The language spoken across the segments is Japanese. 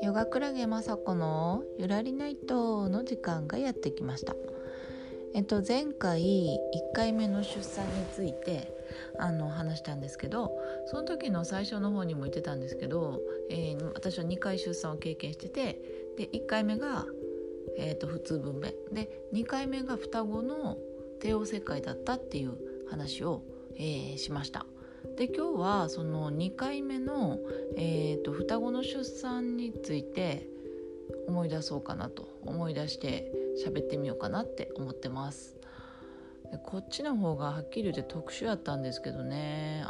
ヨガクラゲまさこのゆらりナイトの時間がやってきました。前回1回目の出産について話したんですけど、その時の最初の方にも言ってたんですけど、私は2回出産を経験してて、で1回目が、普通分娩で、2回目が双子の帝王切開だったっていう話を、しました。で今日はその2回目の、双子の出産について思い出そうかなと思い出して喋ってみようかなって思ってます。でこっちの方がはっきり言って特殊やったんですけどね、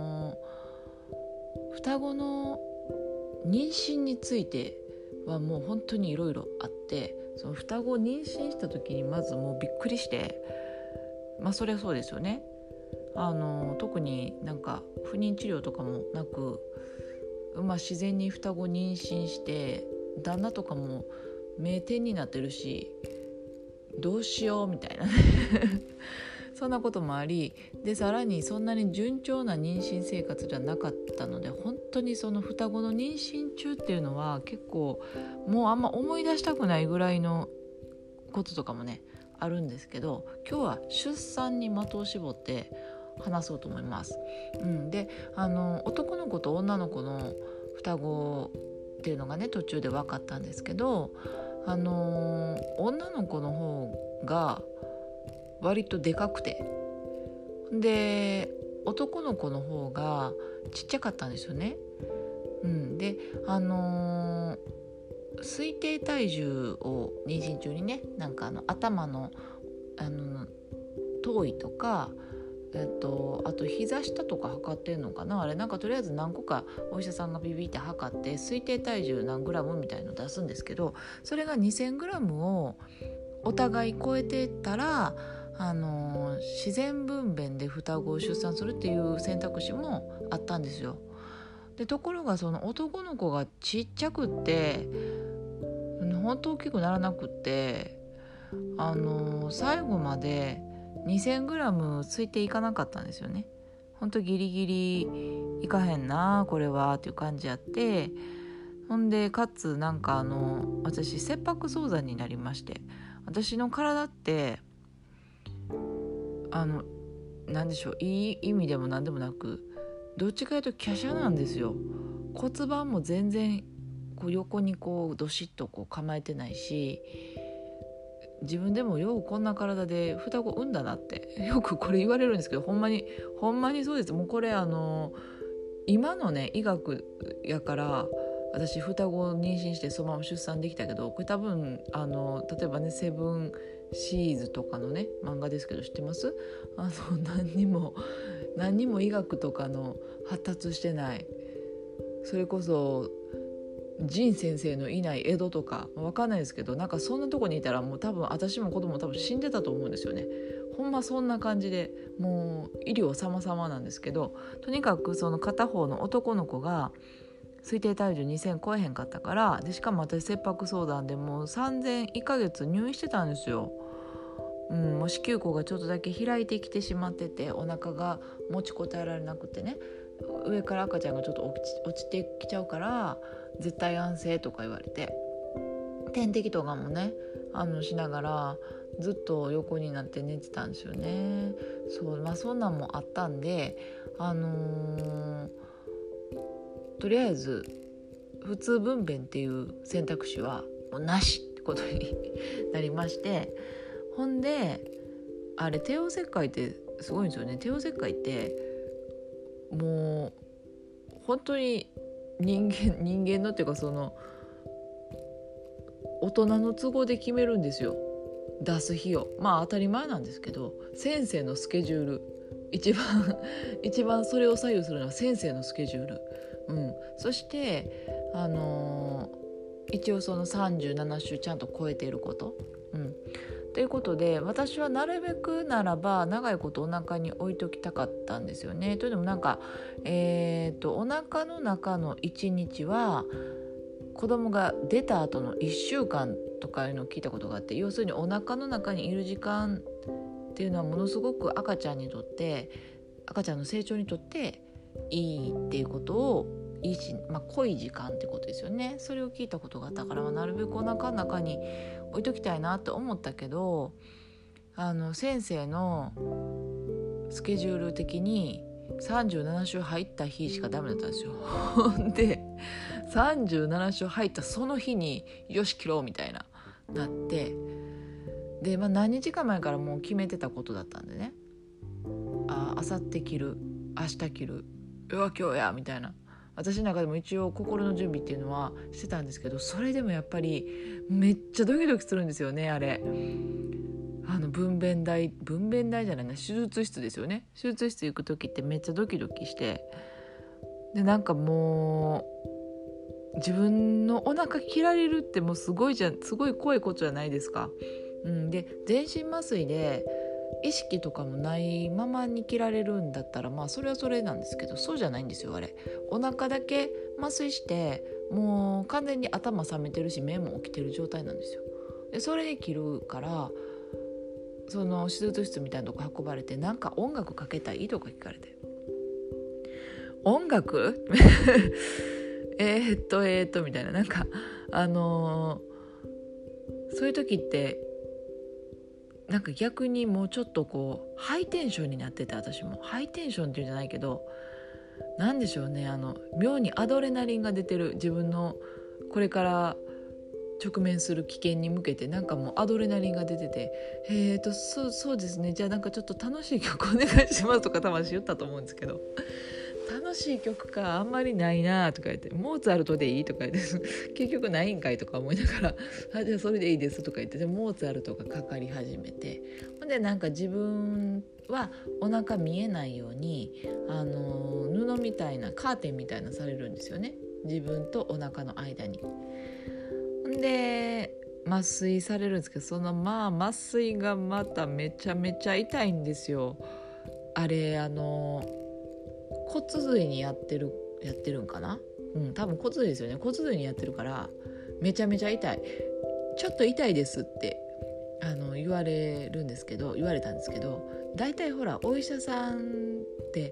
双子の妊娠についてはもう本当にいろいろあって、その双子を妊娠した時にまずもうびっくりして、そりゃそうですよね。特になんか不妊治療とかもなく、自然に双子妊娠して旦那とかも名店になってるし、どうしようみたいなそんなこともあり、でさらにそんなに順調な妊娠生活じゃなかったので、本当にその双子の妊娠中っていうのは結構もうあんま思い出したくないぐらいのこととかもねあるんですけど、今日は出産に的を絞って話そうと思います。で男の子と女の子の双子っていうのがね途中で分かったんですけど、女の子の方が割とでかくて、で男の子の方がちっちゃかったんですよね。で推定体重を妊娠中にね、なんか頭の頭位とか、あと膝下とか測ってんのかな、あれなんかとりあえず何個かお医者さんがビビって測って推定体重何グラムみたいの出すんですけど、それが2000グラムをお互い超えてたら自然分娩で双子を出産するっていう選択肢もあったんですよ。でところがその男の子がちっちゃくって本当大きくならなくって、最後まで 2000g ついていかなかったんですよね。本当ギリギリいかへんなこれはっていう感じやって、ほんでかつなんか私切迫早産になりまして、私の体ってなんでしょう、いい意味でもなんでもなくどっちかというと華奢なんですよ。骨盤も全然こう横にこうどしっとこう構えてないし、自分でもようこんな体で双子産んだなってよくこれ言われるんですけど、ほんまにそうです。もうこれ今のね医学やから私双子を妊娠してそのまま出産できたけど、これ多分例えばねセブンシーズとかのね漫画ですけど知ってます？何にも医学とかの発達してない、それこそ仁先生のいない江戸とか分かんないですけど、なんかそんなとこにいたらもう多分私も子供も多分死んでたと思うんですよね。ほんまそんな感じで、もう医療様々なんですけど、とにかくその片方の男の子が推定体重2000超えへんかったから、でしかも私切迫早産でもう1ヶ月入院してたんですよ。もう子宮口がちょっとだけ開いてきてしまってて、お腹が持ちこたえられなくてね、上から赤ちゃんがちょっと落ちてきちゃうから絶対安静とか言われて、点滴とかもねしながらずっと横になって寝てたんですよね。そんなんもあったんで、とりあえず普通分娩っていう選択肢はもうなしってことになりまして、ほんであれ帝王切開ってすごいんですよね。帝王切開ってもう本当に人間のっていうか、その大人の都合で決めるんですよ、出す日を。当たり前なんですけど、先生のスケジュール一番それを左右するのは先生のスケジュール。そして一応その37週ちゃんと超えていること、ということで、私はなるべくならば長いことお腹に置いときたかったんですよね。というのもなんか、お腹の中の1日は子供が出た後の1週間とかいうのを聞いたことがあって、要するにお腹の中にいる時間っていうのはものすごく赤ちゃんの成長にとっていいっていうことをいいし、濃い時間ってことですよね。それを聞いたことがあったから、なるべくお腹の中に置いときたいなと思ったけど、先生のスケジュール的に37週入った日しかダメだったんですよで37週入ったその日によし切ろうみたいなって、で、何日か前からもう決めてたことだったんでね、あさって切る、明日切る、うわ今日やみたいな、私の中でも一応心の準備っていうのはしてたんですけど、それでもやっぱりめっちゃドキドキするんですよね。あれ分娩台じゃないな、手術室ですよね。手術室行く時ってめっちゃドキドキして、でなんかもう自分のお腹切られるってもうすごい怖いことじゃないですか。で全身麻酔で意識とかもないままに切られるんだったらそれはそれなんですけど、そうじゃないんですよ。あれお腹だけ麻酔してもう完全に頭覚めてるし目も起きてる状態なんですよ。でそれで切るから、その手術室みたいなとこ運ばれて、なんか音楽かけたいとか聞かれて、音楽みたいな、なんかそういう時ってなんか逆にもうちょっとハイテンションになってて、私もハイテンションっていうんじゃないけど、なんでしょうね、妙にアドレナリンが出てる、自分のこれから直面する危険に向けてなんかもうアドレナリンが出てて、そうですね、じゃあなんかちょっと楽しい曲お願いしますとか魂言ったと思うんですけど、楽しい曲かあんまりないなとか言って、モーツァルトでいいとか言って結局ないんかいとか思いながらじゃあそれでいいですとか言って、モーツァルトがかかり始めて、ほんでなんか自分はお腹見えないように布みたいなカーテンみたいなされるんですよね、自分とお腹の間に。で麻酔されるんですけど、その麻酔がまためちゃめちゃ痛いんですよ。あれ骨髄にやってるんかな、多分骨髄ですよね。骨髄にやってるからめちゃめちゃ痛い、ちょっと痛いですって言われたんですけど、だいたいほらお医者さんって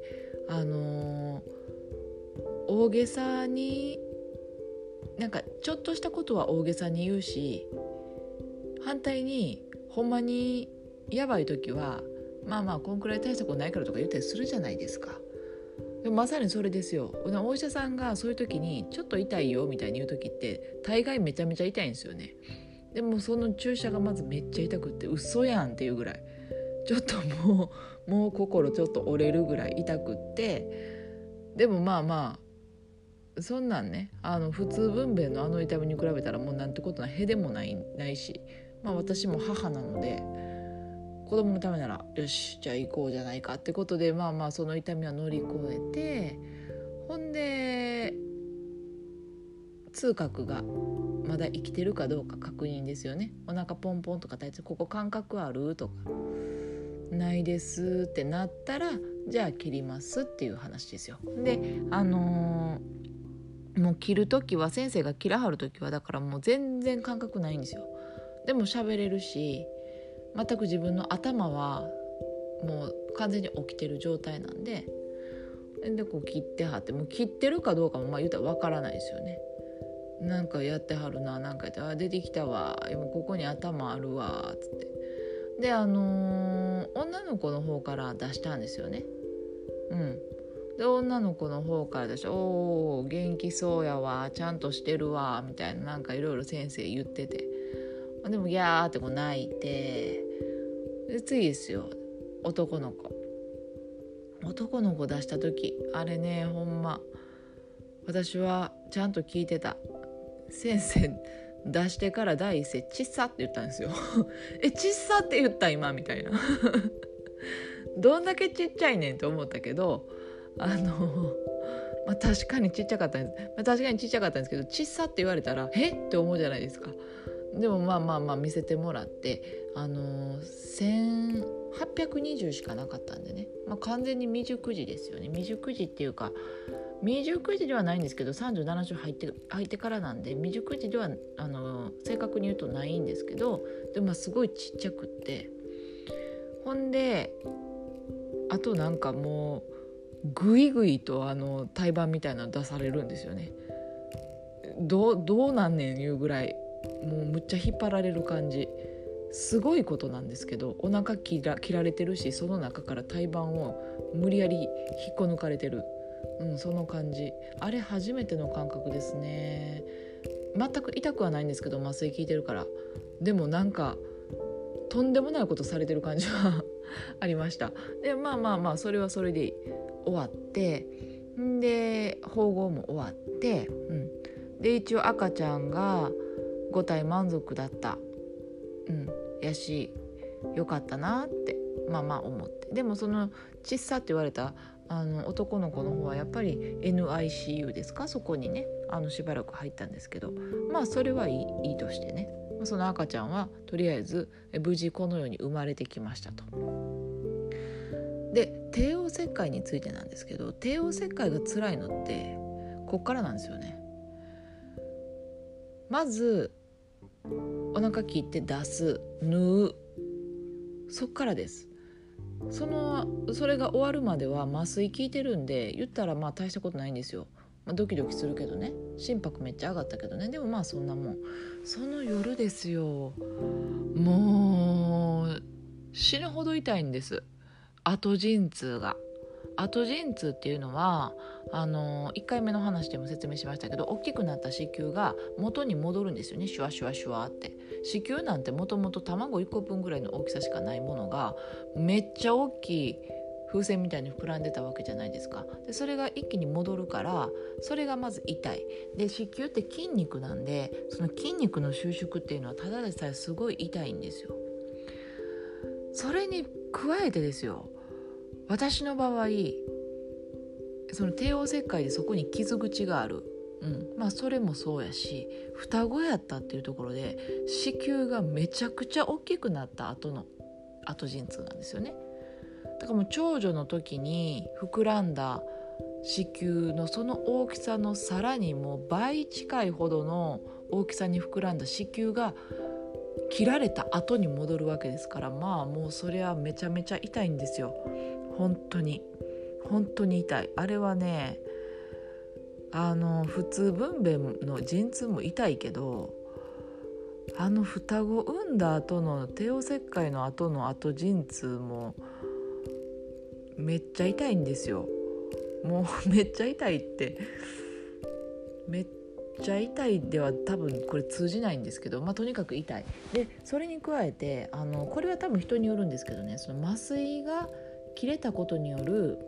大げさになんかちょっとしたことは大げさに言うし、反対にほんまにやばい時はこんくらい大したことないからとか言ったりするじゃないですか。でもまさにそれですよ。お医者さんがそういう時にちょっと痛いよみたいに言う時って大概めちゃめちゃ痛いんですよね。でもその注射がまずめっちゃ痛くって嘘やんっていうぐらい、ちょっともう心ちょっと折れるぐらい痛くって、でもそんなんね、普通分娩の痛みに比べたらもうなんてことない、へでもないし、私も母なので子供のためならよしじゃあ行こうじゃないかってことで、その痛みは乗り越えて、ほんで痛覚がまだ生きてるかどうか確認ですよね。お腹ポンポンとか叩いて、ここ感覚あるとか、ないですってなったらじゃあ切りますっていう話ですよ。でもう切るときは、先生が切らはるときはだからもう全然感覚ないんですよ。でも喋れるし、全く自分の頭はもう完全に起きてる状態なんで、切ってはって、もう切ってるかどうかも言うたら分からないですよね。なんかやってはるな、なんか言って、出てきたわ、今ここに頭あるわつって、で女の子の方から出したんですよね。で女の子の方から出して、おー元気そうやわ、ちゃんとしてるわみたいな、なんかいろいろ先生言ってて、でもギャーって泣いて、で次ですよ、男の子出した時、あれね、ほんま私はちゃんと聞いてた。先生出してから第一声ちっさって言ったんですよちっさって言った今みたいなどんだけちっちゃいねんと思ったけど、確かにちっちゃかったんです、けど、ちっさって言われたらって思うじゃないですか。でも見せてもらって、1820しかなかったんでね、完全に未熟児ですよね。未熟児っていうか、未熟児ではないんですけど、37週入ってからなんで、未熟児では正確に言うとないんですけど、でもすごいちっちゃくって、ほんであとなんかもぐいぐいと胎盤みたいなの出されるんですよね。どうなんねんいうぐらいもうむっちゃ引っ張られる感じ、すごいことなんですけど、お腹切られてるし、その中から胎盤を無理やり引っこ抜かれてる、その感じ、あれ初めての感覚ですね。全く痛くはないんですけど、麻酔効いてるから。でもなんかとんでもないことされてる感じはありました。でまあそれはそれで終わって、で縫合も終わって、で一応赤ちゃんが5体満足だった、やしよかったなって思って、でもその小さって言われた男の子の方はやっぱり NICU ですか、そこにねしばらく入ったんですけど、それはいいとしてね、その赤ちゃんはとりあえず無事この世に生まれてきましたと。で帝王切開についてなんですけど、帝王切開が辛いのってこっからなんですよね。まずお腹切って出す、縫う、そっからです。それが終わるまでは麻酔効いてるんで、言ったら大したことないんですよ。ドキドキするけどね、心拍めっちゃ上がったけどね、でもそんなもん。その夜ですよ、もう死ぬほど痛いんです。後陣痛が。後陣痛っていうのは1回目の話でも説明しましたけど、大きくなった子宮が元に戻るんですよね、シュワシュワシュワって。子宮なんてもともと卵1個分ぐらいの大きさしかないものがめっちゃ大きい風船みたいに膨らんでたわけじゃないですか。でそれが一気に戻るから、それがまず痛い。で子宮って筋肉なんで、その筋肉の収縮っていうのはただでさえすごい痛いんですよ。それに加えてですよ、私の場合その帝王切開でそこに傷口がある、それもそうやし、双子やったっていうところで子宮がめちゃくちゃ大きくなった後の後陣痛なんですよね。だからもう長女の時に膨らんだ子宮のその大きさのさらにもう倍近いほどの大きさに膨らんだ子宮が切られた後に戻るわけですから、もうそれはめちゃめちゃ痛いんですよ。本当に痛い。あれはね、普通分娩の陣痛も痛いけど、双子産んだ後の帝王切開の後の後陣痛もめっちゃ痛いんですよ。もうめっちゃ痛いってめっちゃ痛いでは多分これ通じないんですけど、とにかく痛い。でそれに加えてこれは多分人によるんですけどね、その麻酔が切れたことによる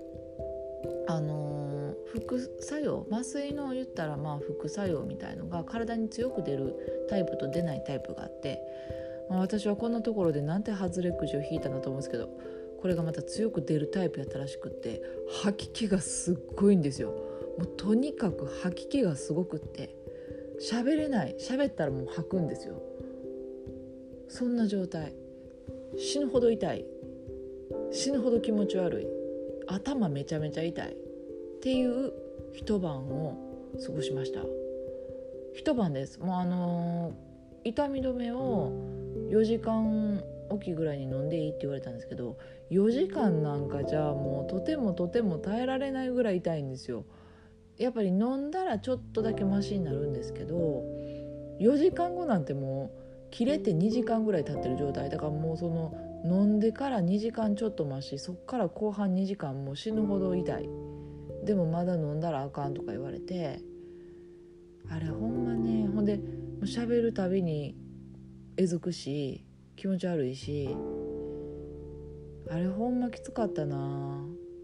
副作用、麻酔の言ったら副作用みたいのが体に強く出るタイプと出ないタイプがあって、私はこんなところでなんて外れくじを引いたんだと思うんですけど、これがまた強く出るタイプやったらしくって、吐き気がすっごいんですよ。もうとにかく吐き気がすごくって、喋れない、喋ったらもう吐くんですよ。そんな状態、死ぬほど痛い、死ぬほど気持ち悪い、頭めちゃめちゃ痛いっていう一晩を過ごしました。一晩です。もう痛み止めを4時間おきぐらいに飲んでいいって言われたんですけど、4時間なんかじゃあもうとても耐えられないぐらい痛いんですよ。やっぱり飲んだらちょっとだけマシになるんですけど、4時間後なんてもう切れて2時間ぐらい経ってる状態だから、もうその飲んでから2時間ちょっとマシ、そっから後半2時間もう死ぬほど痛い。でもまだ飲んだらあかんとか言われて、あれほんまね、ほんで喋るたびにえずくし気持ち悪いし、あれほんまきつかったな。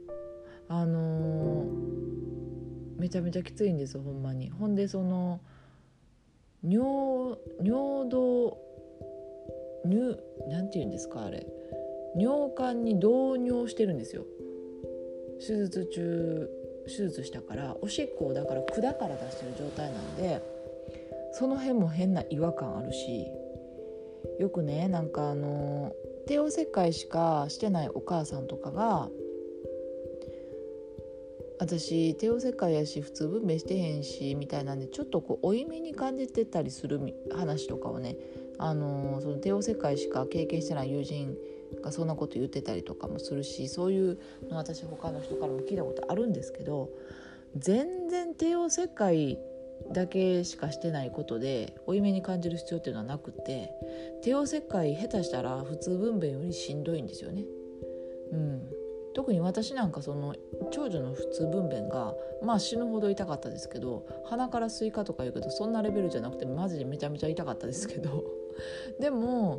めちゃめちゃきついんですほんまに。ほんでその尿道なんていうんですか、あれ尿管に導尿してるんですよ。手術したからおしっこをだから管から出してる状態なんで、その辺も変な違和感あるし、よくねなんか帝王切開しかしてないお母さんとかが、私帝王切開やし普通分娩してへんしみたいなんで、ちょっとこう負い目に感じてたりする話とかをね、その帝王切開しか経験してない友人がそんなこと言ってたりとかもするし、そういうの私他の人からも聞いたことあるんですけど、全然帝王切開だけしかしてないことで負い目に感じる必要っていうのはなくて、帝王切開下手したら普通分娩よりしんどいんですよね。特に私なんかその長女の普通分娩が死ぬほど痛かったですけど、鼻からスイカとか言うけどそんなレベルじゃなくてマジでめちゃめちゃ痛かったですけどでも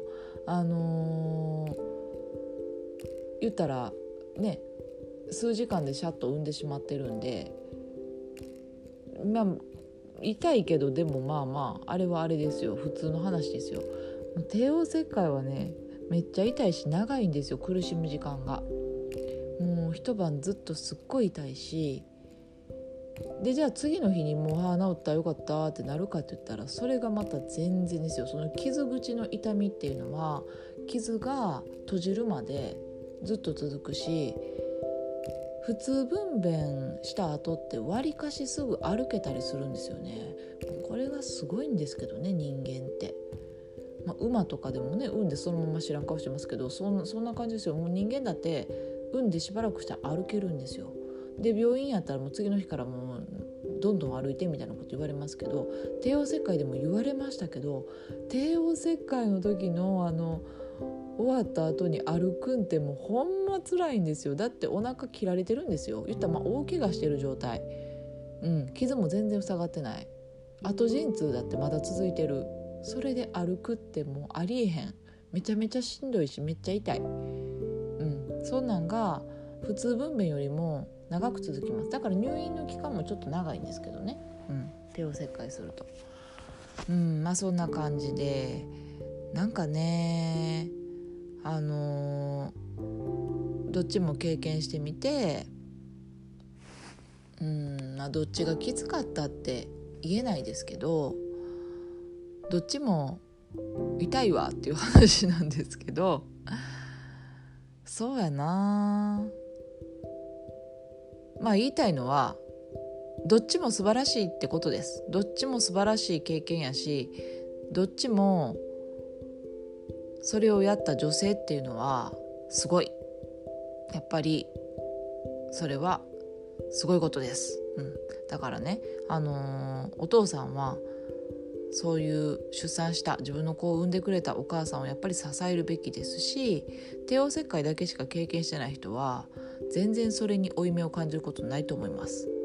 言ったらね、数時間でシャッと産んでしまってるんで、痛いけどでもあれはあれですよ、普通の話ですよ。帝王切開はねめっちゃ痛いし長いんですよ、苦しむ時間が。もう一晩ずっとすっごい痛いし、でじゃあ次の日にもう治ったよかったってなるかって言ったら、それがまた全然ですよ。その傷口の痛みっていうのは傷が閉じるまでずっと続くし、普通分娩した後ってわりかしすぐ歩けたりするんですよね。これがすごいんですけどね、人間って。馬とかでもね、産んでそのまま知らん顔してますけど、そんな感じですよ。もう人間だって産んでしばらくしたら歩けるんですよ。で病院やったらもう次の日からもうどんどん歩いてみたいなこと言われますけど、帝王切開でも言われましたけど、帝王切開の時の終わった後に歩くんってもうほんま辛いんですよ。だってお腹切られてるんですよ。言ったら大怪我してる状態、傷も全然塞がってない、後陣痛だってまだ続いてる。それで歩くってもうありえへん。めちゃめちゃしんどいしめっちゃ痛い。そんなんが普通分娩よりも長く続きます。だから入院の期間もちょっと長いんですけどね、帝王切開すると。そんな感じで、なんかねどっちも経験してみて、どっちがきつかったって言えないですけど、どっちも痛いわっていう話なんですけど、そうやな、言いたいのはどっちも素晴らしいってことです。どっちも素晴らしい経験やし、どっちもそれをやった女性っていうのはすごい、やっぱりそれはすごいことです、だからね、お父さんはそういう出産した自分の子を産んでくれたお母さんをやっぱり支えるべきですし、帝王切開だけしか経験してない人は全然それに負い目を感じることないと思います。